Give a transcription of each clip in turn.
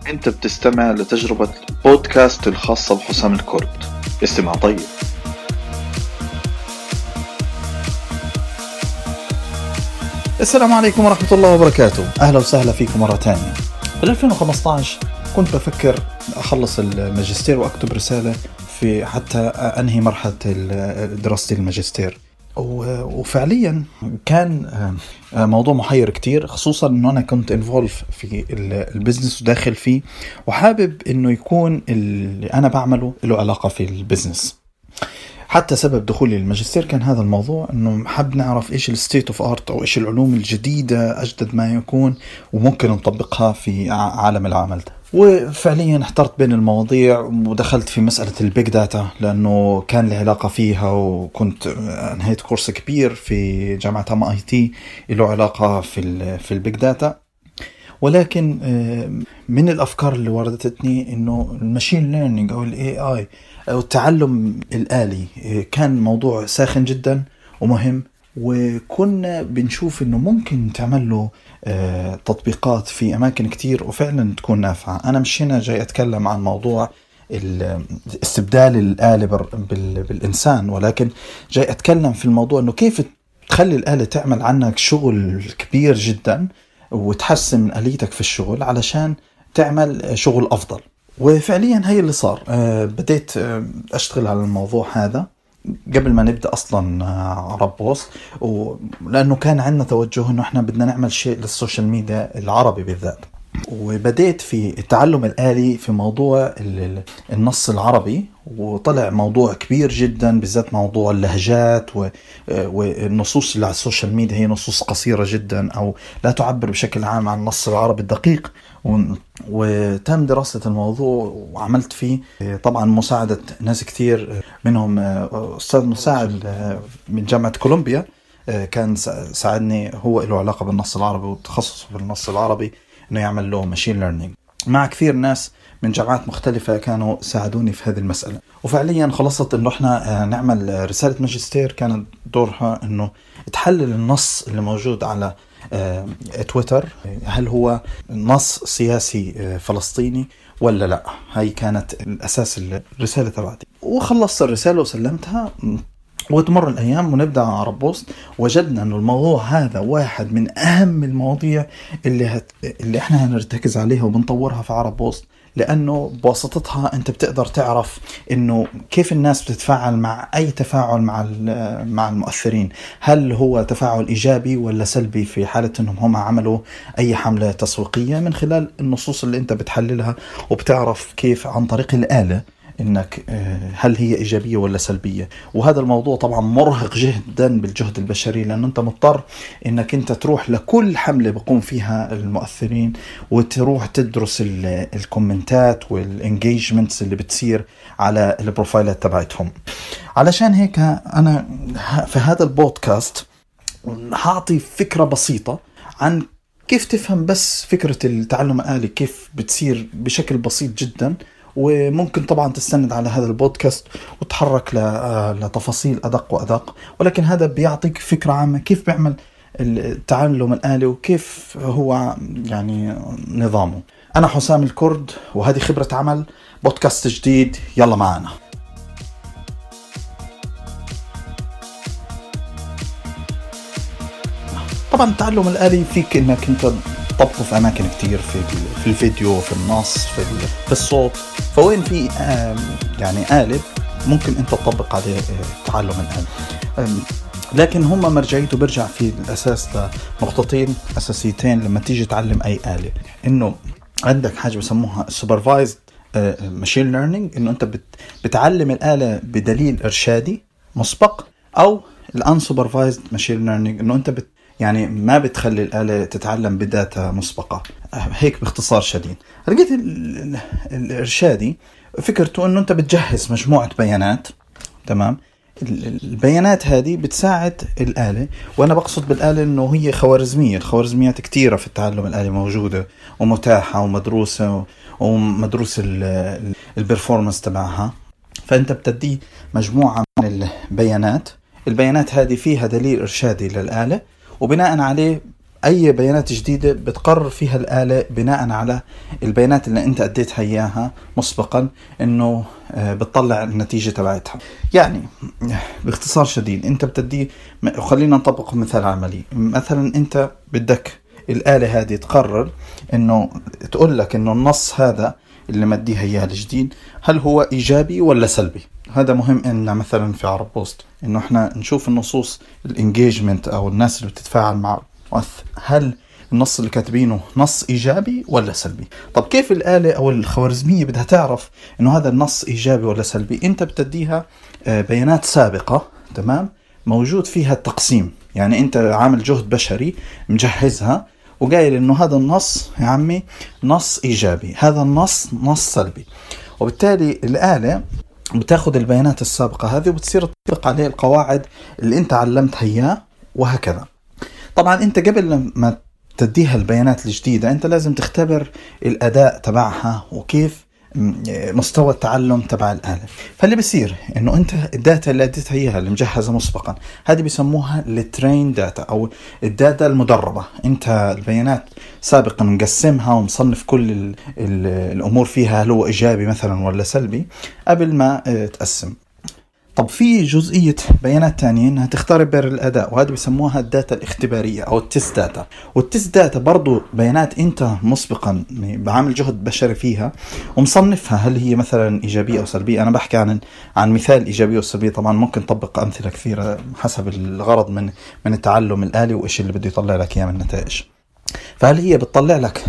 أنت بتستمع لتجربة بودكاست الخاصة بحسام الكرد. استمع طيب. السلام عليكم ورحمة الله وبركاته. أهلا وسهلا فيكم مرة تانية. في 2015 كنت بفكر أخلص الماجستير وأكتب رسالة في حتى أنهي مرحلة دراسة الماجستير، وفعليا كان موضوع محير كتير، خصوصا أنه أنا كنت انفولف في البزنس وداخل فيه، وحابب أنه يكون اللي أنا بعمله له علاقة في البزنس. حتى سبب دخولي للماجستير كان هذا الموضوع، انه حاب نعرف ايش الستيت اوف ارت او ايش العلوم الجديدة اجدد ما يكون وممكن نطبقها في عالم العمل ده. وفعليا احترت بين المواضيع ودخلت في مسألة البيج داتا لانه كان لي علاقة فيها، وكنت انهيت كورس كبير في جامعة MIT له علاقة في البيج داتا. ولكن من الأفكار اللي وردتني إنه الماشين ليرنينج أو AI أو التعلم الآلي كان موضوع ساخن جدا ومهم، وكنا بنشوف إنه ممكن تعمل له تطبيقات في أماكن كتير وفعلا تكون نافعة. أنا مش هنا جاي أتكلم عن موضوع استبدال الآلة بالإنسان، ولكن جاي أتكلم في الموضوع إنه كيف تخلي الآلة تعمل عنك شغل كبير جدا وتحسن من آليتك في الشغل علشان تعمل شغل أفضل. وفعليا هي اللي صار. بديت أشتغل على الموضوع هذا قبل ما نبدأ أصلا عرب بوست، لأنه كان عندنا توجه أنه إحنا بدنا نعمل شيء للسوشيال ميديا العربي بالذات. وبديت في التعلم الآلي في موضوع النص العربي، وطلع موضوع كبير جدا، بالذات موضوع اللهجات والنصوص اللي على السوشيال ميديا هي نصوص قصيرة جدا أو لا تعبر بشكل عام عن النص العربي الدقيق. وتم دراسة الموضوع وعملت فيه طبعا مساعدة ناس كثير، منهم أستاذ مساعد من جامعة كولومبيا كان ساعدني، هو له علاقة بالنص العربي وتخصصه في النص العربي انه يعمل له ماشين ليرنينج، مع كثير ناس من جامعات مختلفة كانوا ساعدوني في هذه المسألة. وفعليا خلصت انه احنا نعمل رسالة ماجستير كانت دورها انه تحلل النص اللي موجود على تويتر، هل هو نص سياسي فلسطيني ولا لا. هاي كانت الاساس الرسالة تبعتي، وخلصت الرسالة وسلمتها. وتمر الأيام ونبدأ عرب بوست، وجدنا أن الموضوع هذا واحد من أهم المواضيع اللي إحنا هنرتكز عليها وبنطورها في عرب بوست، لأنه بواسطتها أنت بتقدر تعرف إنه كيف الناس بتتفاعل مع أي تفاعل مع المؤثرين، هل هو تفاعل إيجابي ولا سلبي في حالة إنهم هم عملوا أي حملة تسويقية، من خلال النصوص اللي أنت بتحللها، وبتعرف كيف عن طريق الآلة إنك هل هي إيجابية ولا سلبية. وهذا الموضوع طبعا مرهق جدا بالجهد البشري، لأن أنت مضطر إنك أنت تروح لكل حملة بقوم فيها المؤثرين وتروح تدرس الكومنتات والانجيجمنتس اللي بتصير على البروفايلات تبعتهم. علشان هيك أنا في هذا البودكاست هعطي فكرة بسيطة عن كيف تفهم بس فكرة التعلم الآلي كيف بتصير بشكل بسيط جدا. وممكن طبعا تستند على هذا البودكاست وتحرك لتفاصيل أدق وأدق، ولكن هذا بيعطيك فكرة عامة كيف بيعمل التعلم الآلي وكيف هو يعني نظامه. أنا حسام الكرد وهذه خبرة عمل، بودكاست جديد، يلا معنا. طبعا التعلم الآلي فيك إنك أنت طبقه في أماكن كتير، في الفيديو، في النص، في الصوت. فوين في يعني قالب ممكن أنت تطبق عليه تعلم الآلي. لكن هم مرجعيته برجع في الأساس لنقطتين أساسيتين لما تيجي تعلم أي آلة، إنه عندك حاجة بسموها supervised machine learning، إنه أنت بتعلم الآلة بدليل إرشادي مسبق، أو unsupervised machine learning، إنه أنت يعني ما بتخلي الآلة تتعلم بداتا مسبقة. هيك باختصار شديد. لقيت الإرشادي فكرته أنه أنت بتجهز مجموعة بيانات، تمام؟ البيانات هذه بتساعد الآلة، وأنا بقصد بالآلة أنه هي خوارزمية. الخوارزميات كتيرة في التعلم الآلي موجودة ومتاحة ومدروسة ومدروس البرفورمانس تبعها. فأنت بتدي مجموعة من البيانات هذه فيها دليل إرشادي للآلة، وبناء عليه أي بيانات جديدة بتقرر فيها الآلة بناء على البيانات اللي أنت أديتها إياها مسبقا إنه بتطلع النتيجة تبعتها. يعني باختصار شديد أنت بتدي، خلينا نطبق مثال عملي. مثلا أنت بدك الآلة هذه تقرر إنه تقول لك إنه النص هذا اللي مديها إياه الجديد هل هو إيجابي ولا سلبي. هذا مهم إن مثلا في عرب بوست إنه إحنا نشوف النصوص الانجيجمنت أو الناس اللي بتتفاعل مع هل النص اللي كاتبينه نص إيجابي ولا سلبي. طب كيف الآلة أو الخوارزمية بدها تعرف إنه هذا النص إيجابي ولا سلبي؟ أنت بتديها بيانات سابقة، تمام، موجود فيها التقسيم. يعني أنت عامل جهد بشري مجهزها وقايل إنه هذا النص يا عمي نص إيجابي، هذا النص نص سلبي. وبالتالي الآلة بتاخد البيانات السابقة هذه وبتصير تطبق عليه القواعد اللي أنت علمتها إياه وهكذا. طبعا أنت قبل ما تديها البيانات الجديدة أنت لازم تختبر الأداء تبعها وكيف مستوى التعلم تبع الآلة. فاللي بيصير إنه أنت الداتا اللي أديتها إياها اللي مجهزة مسبقا هذه بيسموها الترين داتا أو الداتا المدربة. أنت البيانات سابقا مقسمها ومصنف كل الأمور فيها هل هو إيجابي مثلا ولا سلبي قبل ما تقسم. طب في جزئية بيانات تانية انها تختبر الاداء، وهذا بيسموها الداتا الاختبارية او التست داتا. والتست داتا برضو بيانات انت مسبقا بعمل جهد بشري فيها ومصنفها هل هي مثلا ايجابية او سلبية. انا بحكي عن مثال ايجابية وسلبية، طبعا ممكن نطبق امثلة كثيرة حسب الغرض من التعلم الآلي وايش اللي بده يطلع لك اياه من النتائج. فهل هي بتطلع لك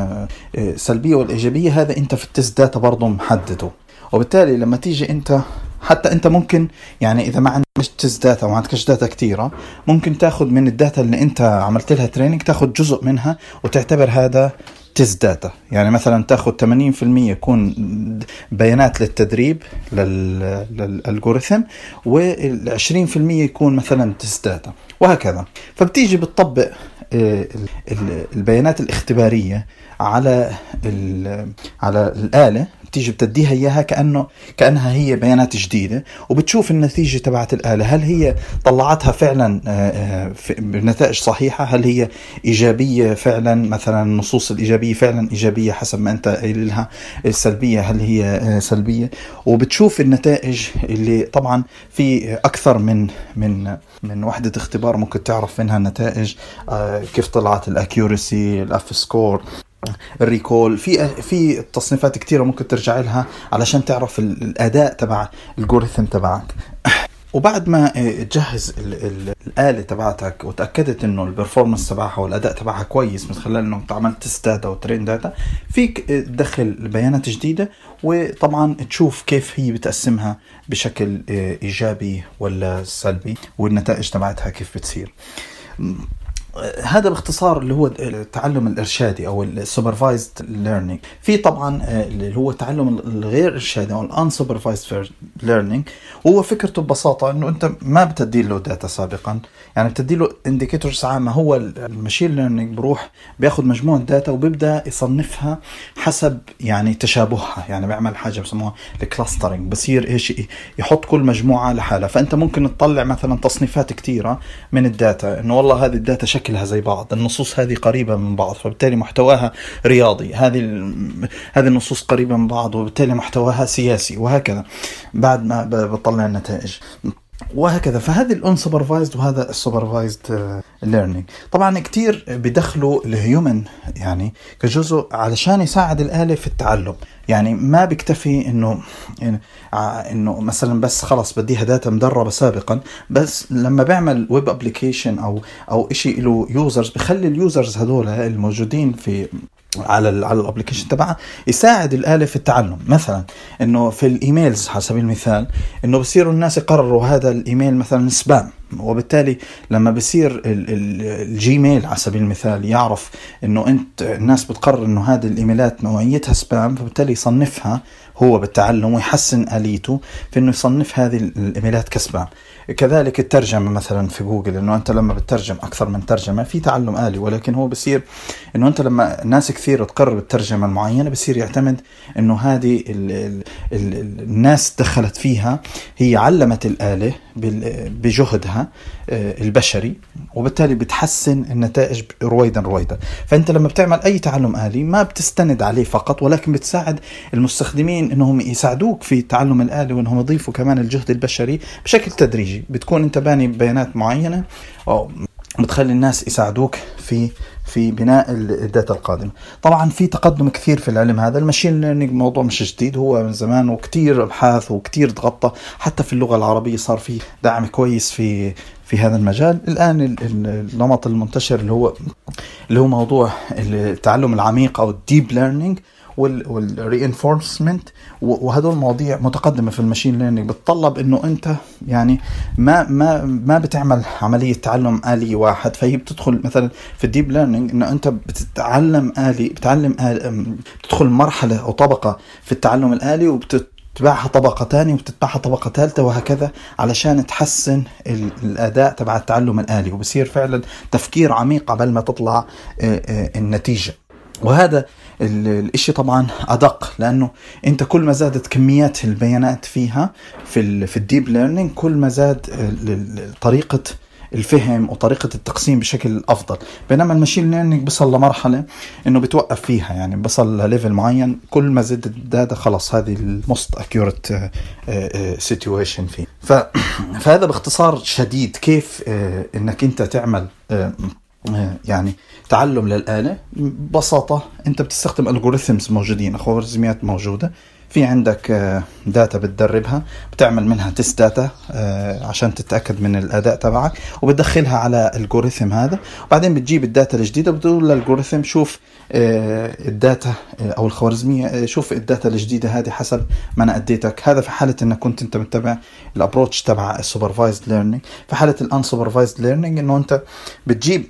سلبية والايجابية؟ هذا انت في التست داتا برضو محدده. وبالتالي لما تيجي انت حتى انت ممكن يعني اذا ما عندكش تست داتا وما عندكش داتا كتيرة ممكن تاخد من الداتا اللي انت عملت لها تريننج تاخد جزء منها وتعتبر هذا تست داتا. يعني مثلا تاخد 80% يكون بيانات للتدريب للالجوريثم وال20% يكون مثلا تست داتا وهكذا. فبتيجي بتطبق البيانات الاختبارية على الآلة، بتيجي بتديها إياها كأنها هي بيانات جديدة وبتشوف النتيجة تبعت الآلة هل هي طلعتها فعلا بنتائج صحيحة، هل هي إيجابية فعلا، مثلا النصوص الإيجابية فعلا إيجابية حسب ما أنت قايل لها، السلبية هل هي سلبية. وبتشوف النتائج اللي طبعا في أكثر من وحدة اختبار ممكن تعرف منها النتائج، كيف طلعت الأكيورسي، الأف سكور، الريكول، في تصنيفات كتيرة ممكن ترجع لها علشان تعرف الأداء تبع الجوريثم تبعك. وبعد ما تجهز الآلة تبعتك وتأكدت إنه البرفورمانس تبعها والأداء تبعها كويس من خلال إنه عملت تست داتا وترين داتا، فيك تدخل بيانات جديدة وطبعا تشوف كيف هي بتقسمها بشكل إيجابي ولا سلبي والنتائج تبعتها كيف بتصير. هذا باختصار اللي هو التعلم الإرشادي أو السوبرفايزد ليرنينج. في طبعا اللي هو التعلم الغير إرشادي أو الانسوبرفايزد ليرنينج، وهو فكرته ببساطة إنه أنت ما بتدي له داتا سابقا، يعني بتدي له إنديكيتورز عامة. هو الماشين ليرنينج بروح بياخد مجموعة داتا وبيبدأ يصنفها حسب يعني تشابهها، يعني بيعمل حاجة بسموها الكلاسترينج، بصير إيش يحط كل مجموعة لحالها. فأنت ممكن تطلع مثلا تصنيفات كتيرة من الداتا إنه والله هذه الداتا شكلها زي بعض، النصوص هذه قريبة من بعض فبالتالي محتواها رياضي، هذه النصوص قريبة من بعض وبالتالي محتواها سياسي، وهكذا بعد ما بطلع النتائج وهكذا. فهذه الانسوبرفايزد وهذا السوبرفايزد ليرنينج. طبعا كتير بدخلوا الهيومن يعني كجزء علشان يساعد الآلة في التعلم. يعني ما بيكتفي انه مثلا بس خلاص بديها داتا مدربة سابقا، بس لما بيعمل ويب ابليكيشن او اشي له يوزرز بخلي اليوزرز هذول الموجودين على الابليكيشن تبعها يساعد الآلة في التعلم. مثلا انه في الايميلز على سبيل المثال انه بصيروا الناس يقرروا هذا الايميل مثلا سبام، وبالتالي لما بصير الجيميل على سبيل المثال يعرف انه الناس بتقرر انه هذه الايميلات نوعيتها سبام، فبالتالي يصنفها هو بالتعلم ويحسن آليته في انه يصنف هذه الايميلات كسبام. كذلك الترجمة مثلا في جوجل، انه انت لما بتترجم اكثر من ترجمة في تعلم آلي، ولكن هو بصير انه انت لما ناس كثير تقرر الترجمة المعينة بصير يعتمد انه هذه الناس دخلت فيها، هي علمت الآلة بجهدها فيها البشري، وبالتالي بتحسن النتائج رويدا. فأنت لما بتعمل أي تعلم آلي ما بتستند عليه فقط، ولكن بتساعد المستخدمين إنهم يساعدوك في التعلم الآلي، وإنهم يضيفوا كمان الجهد البشري بشكل تدريجي. بتكون أنت باني بيانات معينة بتخلي الناس يساعدوك في بناء الداتا القادمة. طبعا في تقدم كثير في العلم هذا. الماشين ليرنينج موضوع مش جديد، هو من زمان وكتير أبحاث وكتير تغطى، حتى في اللغة العربية صار في دعم كويس في هذا المجال. الآن النمط المنتشر اللي هو موضوع التعلم العميق أو الديب ليرنينج والرينفورسمنت، وهذول مواضيع متقدمة في الماشين ليرنينج بتطلب انه انت يعني ما بتعمل عملية تعلم آلي واحد. فهي بتدخل مثلا في الديب ليرنينج انه انت بتتعلم بتدخل مرحلة او طبقة في التعلم الآلي، وبتتبعها طبقة تانية وبتتبعها طبقة ثالثة وهكذا، علشان تحسن الأداء تبع التعلم الآلي، وبصير فعلا تفكير عميق قبل ما تطلع النتيجة. وهذا الاشي طبعا أدق، لأنه أنت كل ما زادت كميات البيانات فيها في الديب ليرنينج، كل ما زاد طريقة الفهم وطريقة التقسيم بشكل أفضل. بينما الماشين ليرنينج بصل لمرحلة إنه بتوقف فيها، يعني بصل لليفل معين، كل ما زادت الداتا خلاص هذه الموست accurate situation فيه. فهذا باختصار شديد كيف إنك أنت تعمل يعني تعلم للآلة. ببساطة أنت بتستخدم algorithms موجودين، خوارزميات موجودة، في عندك داتا بتدربها، بتعمل منها تيست داتا عشان تتأكد من الأداء تبعك، وبتدخلها على الالجوريثم هذا، وبعدين بتجيب الداتا الجديدة بتقول للالجوريثم شوف الداتا أو الخوارزمية، شوف الداتا الجديدة هذه حسب ما أنا أديتك. هذا في حالة أنك كنت أنت متبع الابروتش تبع السوبرفايزد ليرنينج. في حالة الانسوبرفايزد ليرنينج إنه أنت بتجيب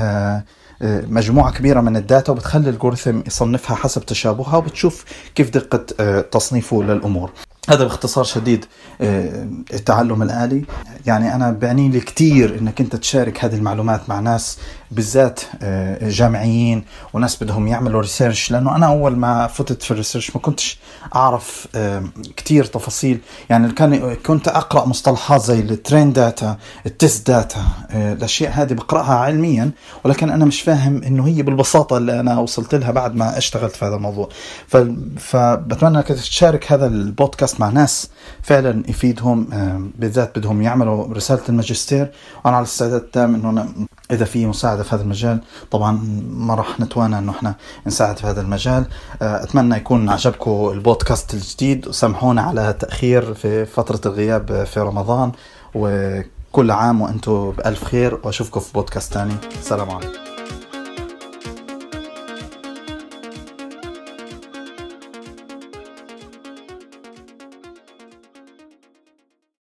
مجموعة كبيرة من الداتا وبتخلي الالجوريثم يصنفها حسب تشابهها، وبتشوف كيف دقة تصنيفه للأمور. هذا باختصار شديد التعلم الآلي. يعني أنا بعني لي كتير إنك أنت تشارك هذه المعلومات مع ناس، بالذات جامعيين وناس بدهم يعملوا ريسيرش، لأنه أنا أول ما فتت في الريسيرش ما كنتش أعرف كتير تفاصيل. يعني كنت أقرأ مصطلحات زي الترين داتا، التست داتا، الأشياء هذه بقرأها علميا، ولكن أنا مش فاهم إنه هي بالبساطة اللي أنا وصلت لها بعد ما اشتغلت في هذا الموضوع. فبتمنى أنك تشارك هذا البودكاست مع ناس فعلا يفيدهم، بالذات بدهم يعملوا رسالة الماجستير. وأنا على استعداد تام إنه إذا في مساعدة في هذا المجال طبعا ما راح نتوانى إنه إحنا نساعد في هذا المجال. أتمنى يكون عجبكم البودكاست الجديد، وسامحونا على تأخير في فترة الغياب في رمضان، وكل عام وأنتم بألف خير، وأشوفكم في بودكاست تاني. السلام عليكم.